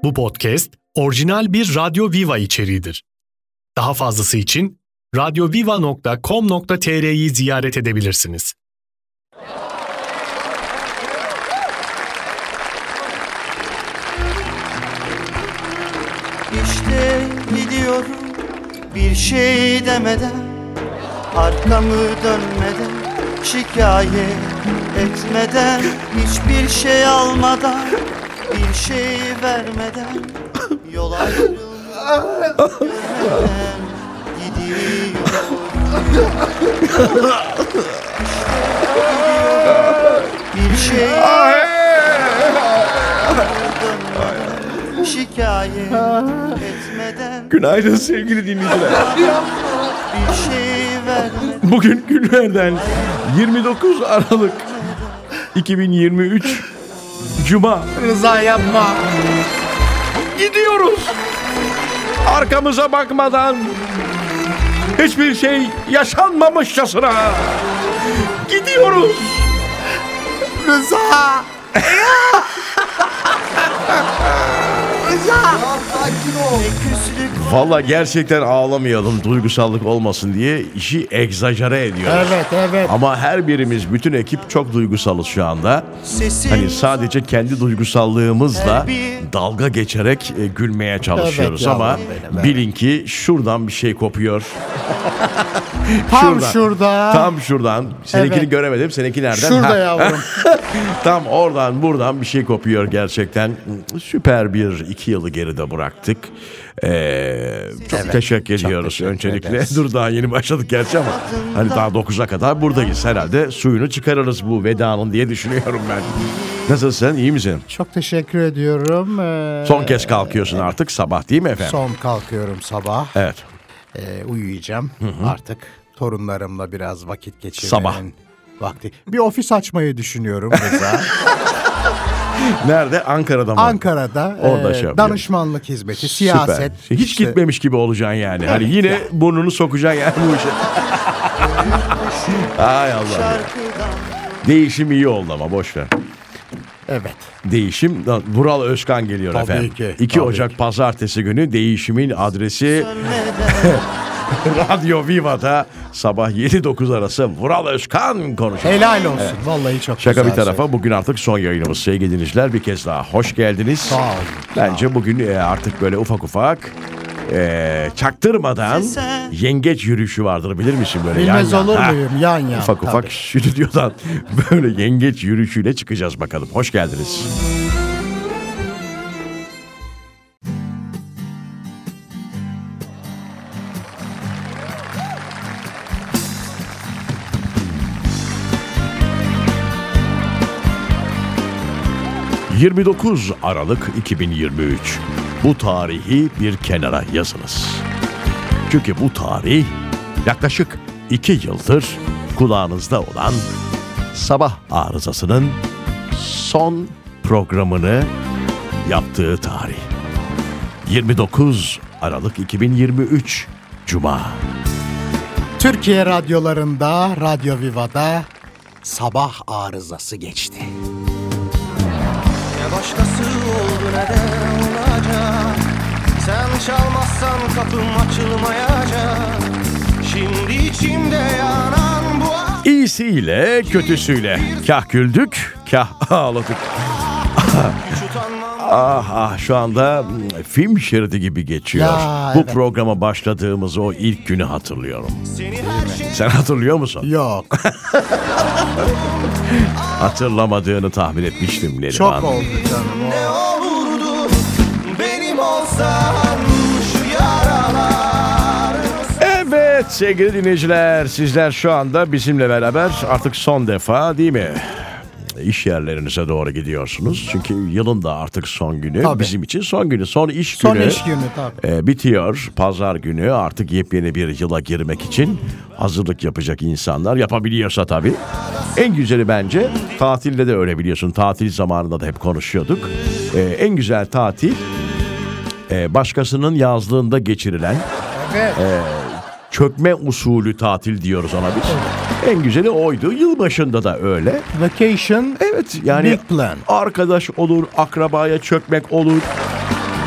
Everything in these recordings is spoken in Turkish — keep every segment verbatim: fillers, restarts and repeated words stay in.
Bu podcast orijinal bir Radyo Viva içeriğidir. Daha fazlası için radyoviva nokta com nokta tr'yi ziyaret edebilirsiniz. İşte gidiyorum bir şey demeden, arkamı dönmeden, şikayet etmeden, hiçbir şey almadan, bir şey vermeden, yol ayrılmadan görmeden gidiyorum. İşte gidiyorum bir şey dönmeden, şikayet etmeden. Günaydın sevgili dinleyiciler. Bir şey vermeden. Bugün günlerden yirmi dokuz Aralık iki bin yirmi üç Cuma. Rıza yapma. Gidiyoruz. Arkamıza bakmadan, hiçbir şey yaşanmamışçasına gidiyoruz. Rıza. Rıza. Vallahi gerçekten ağlamayalım, duygusallık olmasın diye işi egzajere ediyoruz. Evet, evet. Ama her birimiz, bütün ekip çok duygusalız şu anda. Hani sadece kendi duygusallığımızla dalga geçerek e, gülmeye çalışıyoruz. Evet, ama yavrum benim, evet. bilin ki şuradan bir şey kopuyor. Tam şurada. Tam şuradan. Seninkini Evet. göremedim. Seninki nereden? Şurada Ha. yavrum. Tam oradan buradan bir şey kopuyor gerçekten. Süper bir iki yılı geride bıraktık. Ee, çok Evet, teşekkür çok ediyoruz teşekkür öncelikle. ederiz. Dur daha yeni başladık gerçi ama hani daha dokuza kadar buradayız. Herhalde suyunu çıkarırız bu vedanın diye düşünüyorum ben. Nasılsın? İyi misin? Çok teşekkür ediyorum. Ee, Son kez kalkıyorsun artık sabah değil mi efendim? Son kalkıyorum sabah. Evet. Ee, uyuyacağım artık. Torunlarımla biraz vakit geçirmenin Sabah. vakti. Bir ofis açmayı düşünüyorum Rıza. Nerede? Ankara'da mı? Ankara'da Orada e, şey yapıyor. danışmanlık hizmeti, siyaset. Süper. Hiç işte- gitmemiş gibi olacaksın yani. Hani yine ya. burnunu sokacaksın yani bu işe. Ay Allah. Değişim iyi oldu ama boş ver. Evet. Değişim. Vural Özkan geliyor Tabii efendim. ki, iki tabii Ocak ki. Pazartesi günü değişimin adresi Radyo Viva'da sabah yedi dokuz arası Vural Özkan konuşuyor. Helal olsun. Vallahi çok Şaka güzel bir tarafa söyledin. bugün artık son yayınımız sevgili dinleyiciler. Bir kez daha hoş geldiniz. Sağ olun. Bence bugün e, artık böyle ufak ufak e, çaktırmadan yengeç yürüyüşü vardır, bilir misin böyle? Bilmez yan yan. olur Ha, muyum? Yan yan. Ufak tabii. ufak stüdyodan böyle yengeç yürüyüşüyle çıkacağız bakalım. Hoş geldiniz. yirmi dokuz Aralık iki bin yirmi üç. Bu tarihi bir kenara yazınız. Çünkü bu tarih yaklaşık iki yıldır kulağınızda olan sabah arızasının son programını yaptığı tarih. yirmi dokuz Aralık iki bin yirmi üç Cuma. Türkiye radyolarında, Radyo Viva'da sabah arızası geçti. Ne başkası oldu ne de olacak. Sen çalmazsan kapım açılmayacak. Şimdi içimde yanan bu aşk. İyisiyle kötüsüyle kah güldük kah ağladık. Hiç utanmam. Ah ah şu anda mm, film şeridi gibi geçiyor. Ya, Bu evet. programa başladığımız o ilk günü hatırlıyorum. Seni her şey Sen hatırlıyor musun? Yok. Hatırlamadığını tahmin etmiştim Neriman. Çok oldu canım. ne olurdu benim olsan şu yaralar. Evet sevgili dinleyiciler, sizler şu anda bizimle beraber artık son defa değil mi? İş yerlerinize doğru gidiyorsunuz. Çünkü yılın da artık son günü. Tabii. Bizim için son günü. Son iş Son günü. iş günü tabii. e, bitiyor. Pazar günü artık yepyeni bir yıla girmek için hazırlık yapacak insanlar. Yapabiliyorsa tabii. En güzeli bence tatilde de öyle, biliyorsun. Tatil zamanında da hep konuşuyorduk. E, en güzel tatil e, başkasının yazlığında geçirilen Evet. çökme usulü tatil diyoruz ona biz. En güzeli oydu. Yılbaşında da öyle. Vacation. Evet yani Big plan. arkadaş olur, akrabaya çökmek olur.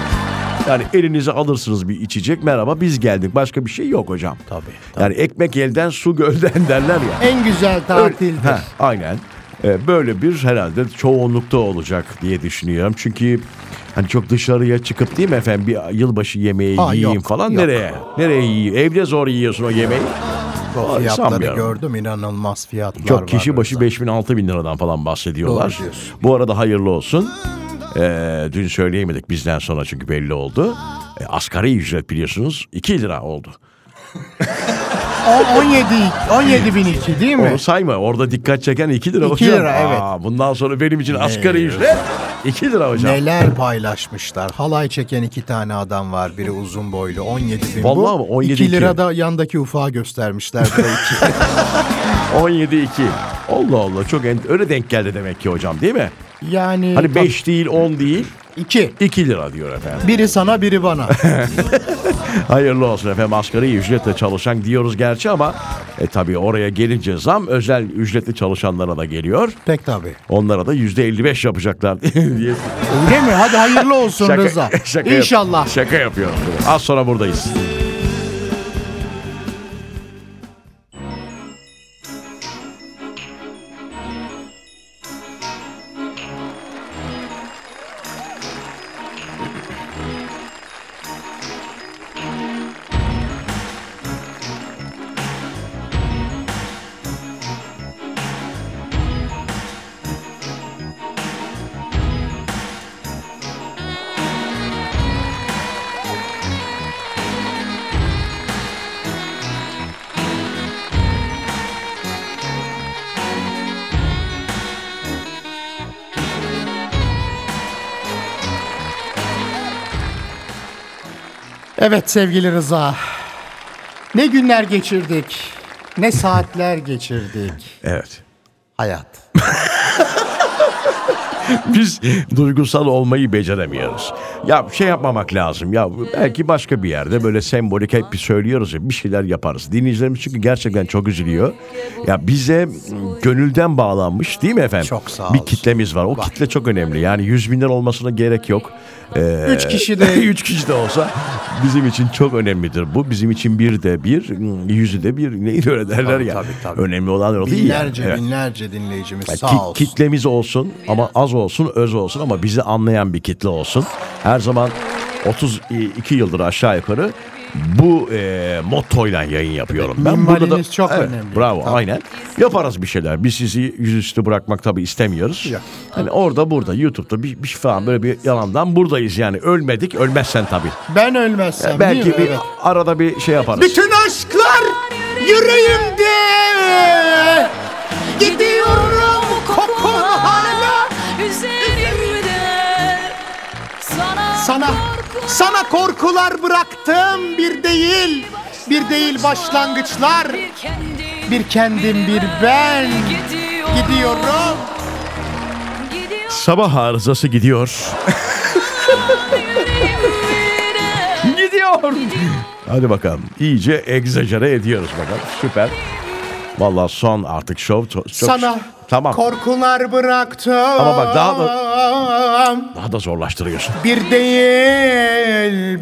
Yani elinize alırsınız bir içecek. Merhaba biz geldik. Başka bir şey yok hocam. Tabii, tabii. Yani ekmek elden su gölden derler ya. En güzel tatildir. Heh, aynen. Ee, böyle bir herhalde çoğunlukta olacak diye düşünüyorum. Çünkü hani çok dışarıya çıkıp değil mi efendim bir yılbaşı yemeği Aa, yiyeyim yok, falan yok. nereye? Nereye yiyeyim? Evde zor yiyorsun o yemeği. O Ay, fiyatları sanmıyorum. gördüm, inanılmaz fiyatlar var. Çok kişi başı Rıza. beş bin altı bin liradan falan bahsediyorlar. Doğru diyorsun. Bu arada hayırlı olsun. Ee, dün söyleyemedik bizden sonra çünkü belli oldu. Ee, asgari ücret biliyorsunuz iki lira oldu. O on yedi on yedi bin iki değil mi? Onu sayma orada dikkat çeken iki lira İki hocam. lira, evet. Aa, bundan sonra benim için asgari ücret iki lira hocam. Neler paylaşmışlar. Halay çeken iki tane adam var. Biri uzun boylu. on yedi bin bu. Vallahi mi? on yedi iki lira iki. da yandaki ufağı göstermişler. Bu da iki. on yedi iki. Allah Allah çok en- öyle denk geldi demek ki hocam değil mi? Yani Hani beş değil on değil iki. iki lira diyor efendim. Biri sana biri bana. Hayırlı olsun efendim asgari ücretle çalışan diyoruz gerçi ama e, tabii oraya gelince zam özel ücretli çalışanlara da geliyor. Pek tabii. Onlara da yüzde elli beş yapacaklar diye. Öyle mi? Hadi hayırlı olsun Rıza. şaka yap- İnşallah. Şaka yapıyorum. Az sonra buradayız. Evet sevgili Rıza. Ne günler geçirdik. Ne saatler geçirdik. Evet. Hayat. Biz duygusal olmayı beceremiyoruz. Ya şey yapmamak lazım. Ya belki başka bir yerde böyle sembolik hep bir söylüyoruz ya bir şeyler yaparız. Dinleyicilerimiz çünkü gerçekten çok üzülüyor. Ya bize gönülden bağlanmış değil mi efendim? Çok sağ Bir olsun. kitlemiz var. O Var. kitle çok önemli. Yani yüz binden olmasına gerek yok. Ee, Üç kişi de- üç kişi de olsa bizim için çok önemlidir bu. Bizim için bir de bir, yüzü de bir. Neydi öyle derler Tabii, ya. tabii, tabii. Önemli olan o değil Binlerce yani. Evet. binlerce dinleyicimiz Yani sağ ki- olsun. kitlemiz olsun ama az olsun, öz olsun ama bizi anlayan bir kitle olsun. Her zaman otuz iki yıldır aşağı yukarı bu e, mottoyla yayın yapıyorum. Ben Minvaliniz çok Evet, önemli. Bravo, Tabii. aynen. Yaparız bir şeyler. Biz sizi yüzüstü bırakmak tabii istemiyoruz. Yok. Hani orada burada YouTube'da bir, bir şey falan böyle bir yalandan buradayız yani. Ölmedik, ölmezsen tabii. Ben ölmezsem Belki değil mi? bir Evet. arada bir şey yaparız. Bütün aşklar yüreğimde. Gidiyorum kokun hala. Üzerimde sana Sana korku- sana korkular bıraktım bir değil. Bir değil başlangıçlar. bir kendim Bir kendim bir ben. gidiyorum. Gidiyorum. Gidiyorum Sabah arızası gidiyor. yüreğimde. Gidiyor. Hadi bakalım. İyice egzajere ediyoruz bakalım. Süper. Vallahi son artık şov çok... Sana Tamam. korkular bıraktım. Ama bak daha Daha da zorlaştırıyorsun. Bir değil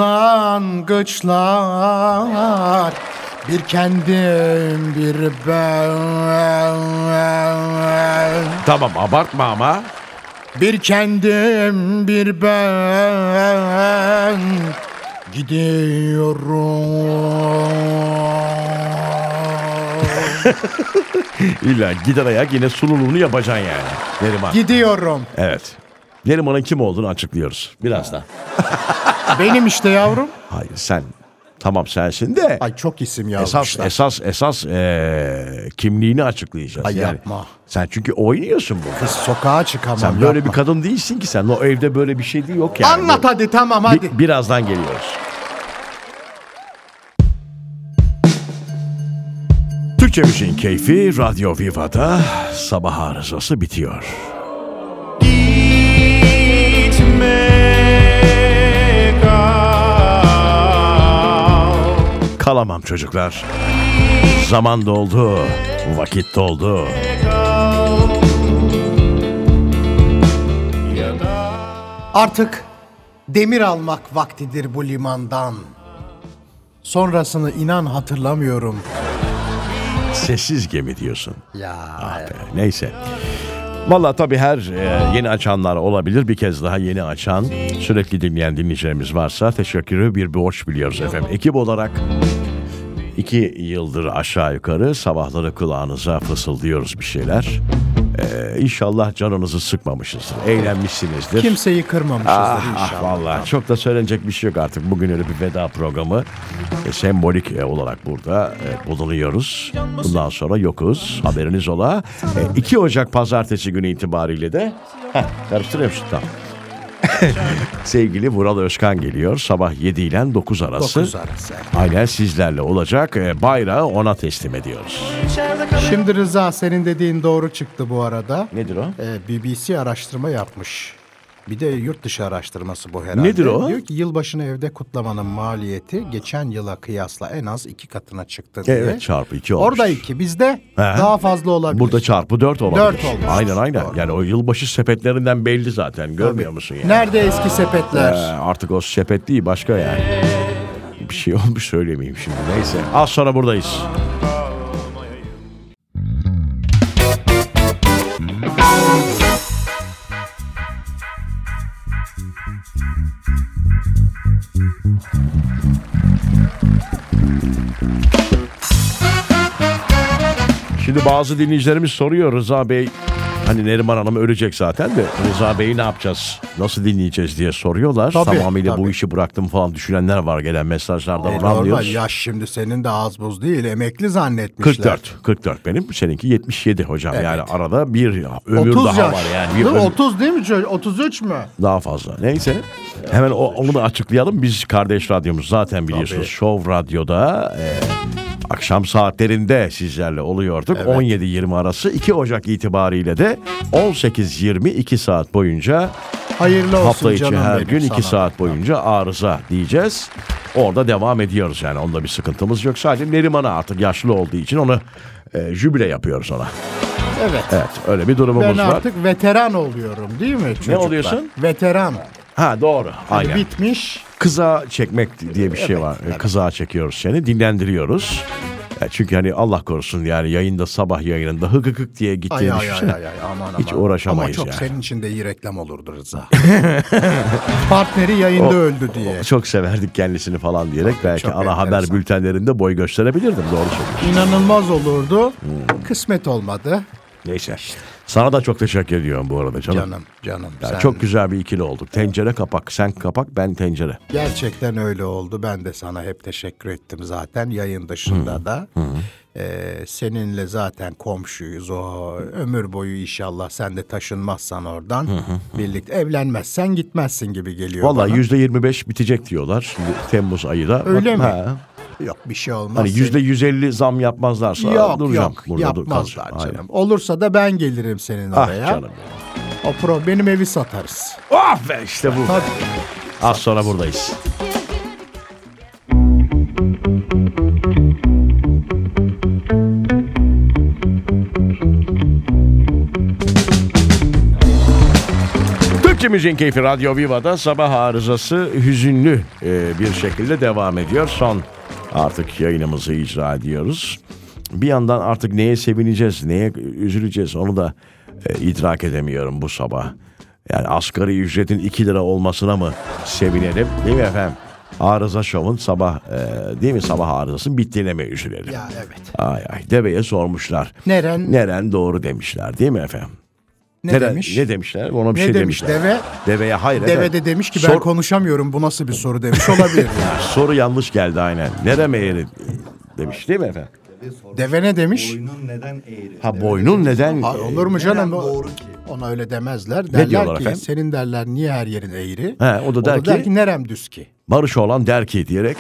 başlangıçlar. Bir kendim bir ben. Tamam abartma ama. Bir kendim bir ben. Gidiyorum. İlla gider ayak yine sunumunu yapacaksın yani. Neriman. Gidiyorum. Evet. Neriman'ın kim olduğunu açıklıyoruz. Birazdan. Benim işte yavrum. Hayır sen. Tamam sensin de. Ay çok isim Esas yazmışlar. esas esas eee, kimliğini açıklayacağız. Ay, yani. yapma. Sen çünkü oynuyorsun burada. Kız sokağa çıkamam. Sen böyle yapma. bir kadın değilsin ki sen. O evde böyle bir şey değil yok yani. Anlat hadi tamam Bi- hadi. birazdan geliyoruz. Türkçe Müziğin Keyfi Radyo Viva'da sabah arızası bitiyor. Kalamam çocuklar. Zaman doldu, vakit doldu. Artık Demir almak vaktidir bu limandan. Sonrasını inan hatırlamıyorum. Sessiz gemi diyorsun. Ya Neyse. Vallahi tabii her e, yeni açanlar olabilir. Bir kez daha yeni açan, sürekli dinleyen dinleyicilerimiz varsa teşekkürü bir borç biliyoruz efendim. Ekip olarak iki yıldır aşağı yukarı sabahları kulağınıza fısıldıyoruz bir şeyler. Ee, inşallah canınızı sıkmamışızdır. Eğlenmişsinizdir. kimseyi kırmamışızdır Ah, ah, inşallah. vallahi çok da söylenecek bir şey yok artık. Bugün öyle bir veda programı e, sembolik e, olarak burada e, bulunuyoruz. Bundan sonra yokuz. Haberiniz ola. E, iki Ocak pazartesi günü itibariyle de heh, karıştırıyorum şu tam. Sevgili Vural Özkan geliyor. Sabah yedi ile dokuz arası. Dokuz arası. Aynen sizlerle olacak. E, bayrağı ona teslim ediyoruz. Şimdi Rıza, senin dediğin doğru çıktı bu arada. Nedir o? Ee, B B C araştırma yapmış. Bir de yurt dışı araştırması bu herhalde. Nedir o? Diyor ki yılbaşını evde kutlamanın maliyeti geçen yıla kıyasla en az iki katına çıktı diye. Evet, çarpı iki olmuş. Orada iki, bizde daha fazla olabilir. Burada çarpı dört olabilir. Dört olmuş. Aynen aynen. Doğru. Yani o yılbaşı sepetlerinden belli zaten. Görmüyor musun yani? Nerede eski sepetler? Ee, artık o sepet değil, başka yani. Bir şey olmuş, söylemeyeyim şimdi. Neyse. Az sonra buradayız. Şimdi bazı dinleyicilerimiz soruyor, Rıza Bey, hani Neriman Hanım ölecek zaten de Rıza Bey'i ne yapacağız, nasıl dinleyeceğiz diye soruyorlar. Tabii, Tamamıyla tabii. bu işi bıraktım falan düşünenler var, gelen mesajlarda, E, onu normal, anlıyoruz. yaş şimdi senin de az buz değil, emekli zannetmişler. kırk dört, kırk dört benim, seninki yetmiş yedi hocam. Evet. Yani arada bir ömür otuz daha yaş. var yani. Bir Değil mi? ömür otuz değil mi çocuğum? otuz üç mü? daha fazla. Neyse. Hemen o, onu da açıklayalım. Biz kardeş radyomuz zaten biliyorsunuz. Tabii. Show Radyo'da e, akşam saatlerinde sizlerle oluyorduk. Evet. on yedi yirmi arası, iki Ocak itibariyle de on sekiz yirmi iki saat boyunca, Hayırlı olsun hafta içi canım her benim gün iki sana. saat boyunca arıza diyeceğiz. Orada devam ediyoruz yani. Onda bir sıkıntımız yok. Sadece Neriman'a artık yaşlı olduğu için onu e, jübile yapıyoruz ona. Evet. Evet, öyle bir durumumuz Ben var. artık veteran oluyorum değil mi çocuklar? oluyorsun? Veteran. Ha, doğru. Hani Aynen. bitmiş. Kıza çekmek diye bir şey var. Kıza çekiyoruz seni, dinlendiriyoruz. Ya çünkü hani Allah korusun yani yayında, sabah yayınında hık hık hık diye Ay gittiğini ay ay düşünsene. ay ay aman aman. Hiç uğraşamayız Ama çok yani. senin için de iyi reklam olurdu Rıza. Partneri yayında O- öldü diye. Çok severdik kendisini falan diyerek belki Çok ana haber enteresan. bültenlerinde boy gösterebilirdim. Doğru söylüyorsun. İnanılmaz olurdu. Hmm. Kısmet olmadı. Neyse. Sana da çok teşekkür ediyorum bu arada canım. Canım canım. Ya sen çok güzel bir ikili olduk. Tencere kapak. Sen kapak, ben tencere. Gerçekten öyle oldu. Ben de sana hep teşekkür ettim zaten yayın dışında da. Ee, seninle zaten komşuyuz. O ömür boyu inşallah sen de taşınmazsan oradan birlikte evlenmezsen gitmezsin gibi geliyor Vallahi bana. yüzde yirmi beş bitecek diyorlar. Şimdi Temmuz ayı da. Öyle mi? Ha. Yok bir şey olmaz. Hani yüzde yüz elli zam yapmazlarsa Yok duracağım. yok Burada dur- yapmazlar kalacağım. canım. Olursa da ben gelirim senin Ah oraya. canım. O pro benim evi satarız. Ah be, işte bu. Tabii. Az sonra buradayız. Türkçe Müziğin Keyfi Radyo Viva'da sabah arızası hüzünlü e, bir şekilde devam ediyor. Son artık yayınımızı icra ediyoruz. Bir yandan artık neye sevineceğiz, neye üzüleceğiz onu da e, idrak edemiyorum bu sabah. Yani asgari ücretin iki lira olmasına mı sevinelim, değil mi efendim? Arıza Show'un sabah e, değil mi sabah arızasının bittiğine mi üzülelim? Ya evet. Ay ay, deveye sormuşlar. Neren? Neren doğru demişler, değil mi efendim? Ne Neren- demiş? Ne demişler? Ona bir Ne şey demiş demişler. deve? Deveye hayır Deve efendim. de demiş ki ben Sor- konuşamıyorum, bu nasıl bir soru demiş olabilir. yani. Soru yanlış geldi aynen. Nereme eğri demiş değil mi efendim? Deve ne demiş? Boynun neden eğri? Ha, boynun neden? Ha, olur mu canım? Neden O- doğru ki? Ona öyle demezler. Ne Derler diyorlar ki efendim? senin derler niye her yerin eğri? He, o da der ki- nerem düz ki? Barış olan der ki diyerek.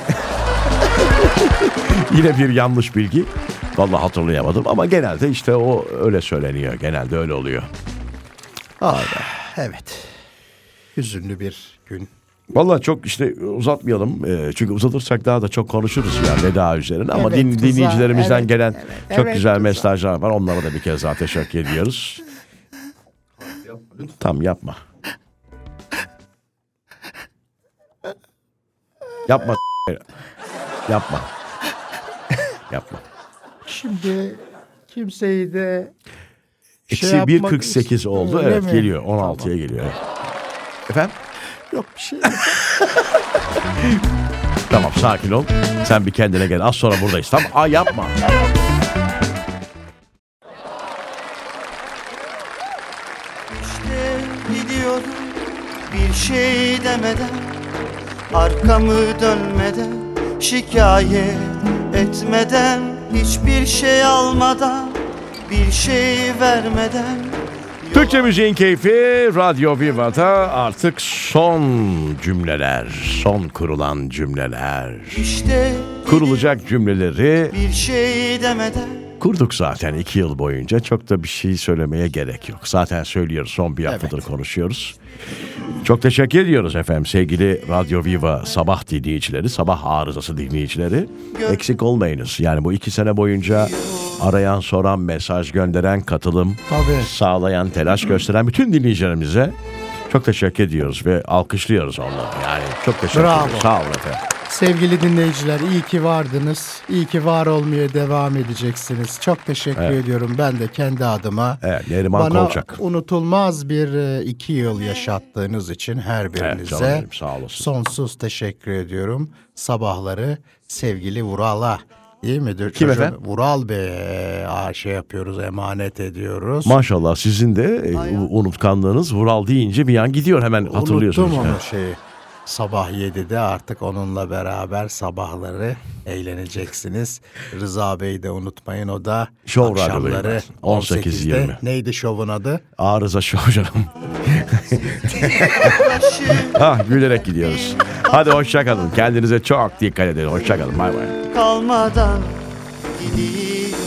Yine bir yanlış bilgi. Vallahi hatırlayamadım ama genelde işte o öyle söyleniyor. Genelde öyle oluyor. Ah, evet. Hüzünlü bir gün. Vallahi çok işte uzatmayalım. Ee, çünkü uzatırsak daha da çok konuşuruz ya veda üzerine. Ama Evet, din, Rıza, dinleyicilerimizden evet, gelen evet, çok evet, güzel Rıza. mesajlar var. Onlara da bir kez daha teşekkür ediyoruz. Tam yapma. Yapma. Yapma. Yapma. Şimdi kimseyi de şey Eksi bir yapmak kırk sekiz ist- oldu. Öyle Evet mi? geliyor. on altıya geliyor. Efendim? Yok bir şey. Tamam sakin ol. Sen bir kendine gel. Az sonra buradayız. Tamam. Aa yapma. İşte gidiyorum bir şey demeden, arkamı dönmeden, şikayet etmeden, hiçbir şey almadan, bir şey vermeden. Türkçe müziğin keyfi Radyo Viva'da artık son cümleler, son kurulan cümleler. İşte Kurulacak cümleleri bir şey demeden, kurduk zaten iki yıl boyunca. Çok da bir şey söylemeye gerek yok. Zaten söylüyoruz, son bir haftadır konuşuyoruz. Çok teşekkür ediyoruz efendim sevgili Radyo Viva sabah dinleyicileri, sabah arızası dinleyicileri. Eksik olmayınız. Yani bu iki sene boyunca arayan, soran, mesaj gönderen, katılım Tabii. sağlayan, telaş gösteren bütün dinleyicilerimize çok teşekkür ediyoruz ve alkışlıyoruz onları. Yani çok teşekkür Bravo. ediyoruz. Sağ olun efendim. Sevgili dinleyiciler, iyi ki vardınız. İyi ki var olmaya devam edeceksiniz. Çok teşekkür Evet. ediyorum ben de kendi adıma. Evet, Neriman Bana Kolçak. unutulmaz bir e, iki yıl yaşattığınız için her Evet canım birinize benim, sağ olasın. sonsuz teşekkür ediyorum. Sabahları sevgili Vural'a, değil midir? Kim Çocuğun- efendim? Vural Bey'e aa, şey yapıyoruz, emanet ediyoruz. Maşallah sizin de e, u- unutkanlığınız Vural deyince bir an gidiyor, hemen hatırlıyorsunuz. Unuttum onu Evet. şeyi. Sabah yedide artık onunla beraber sabahları eğleneceksiniz. Rıza Bey'i de unutmayın, o da Şov akşamları radyodayım ben. on sekiz yirmi. on sekizde. Neydi şovun adı? Arıza şov canım. ah gülerek gidiyoruz. Hadi hoşça kalın. Kendinize çok dikkat edin. Hoşça kalın. Bay bay. kalmadan gidiyorum.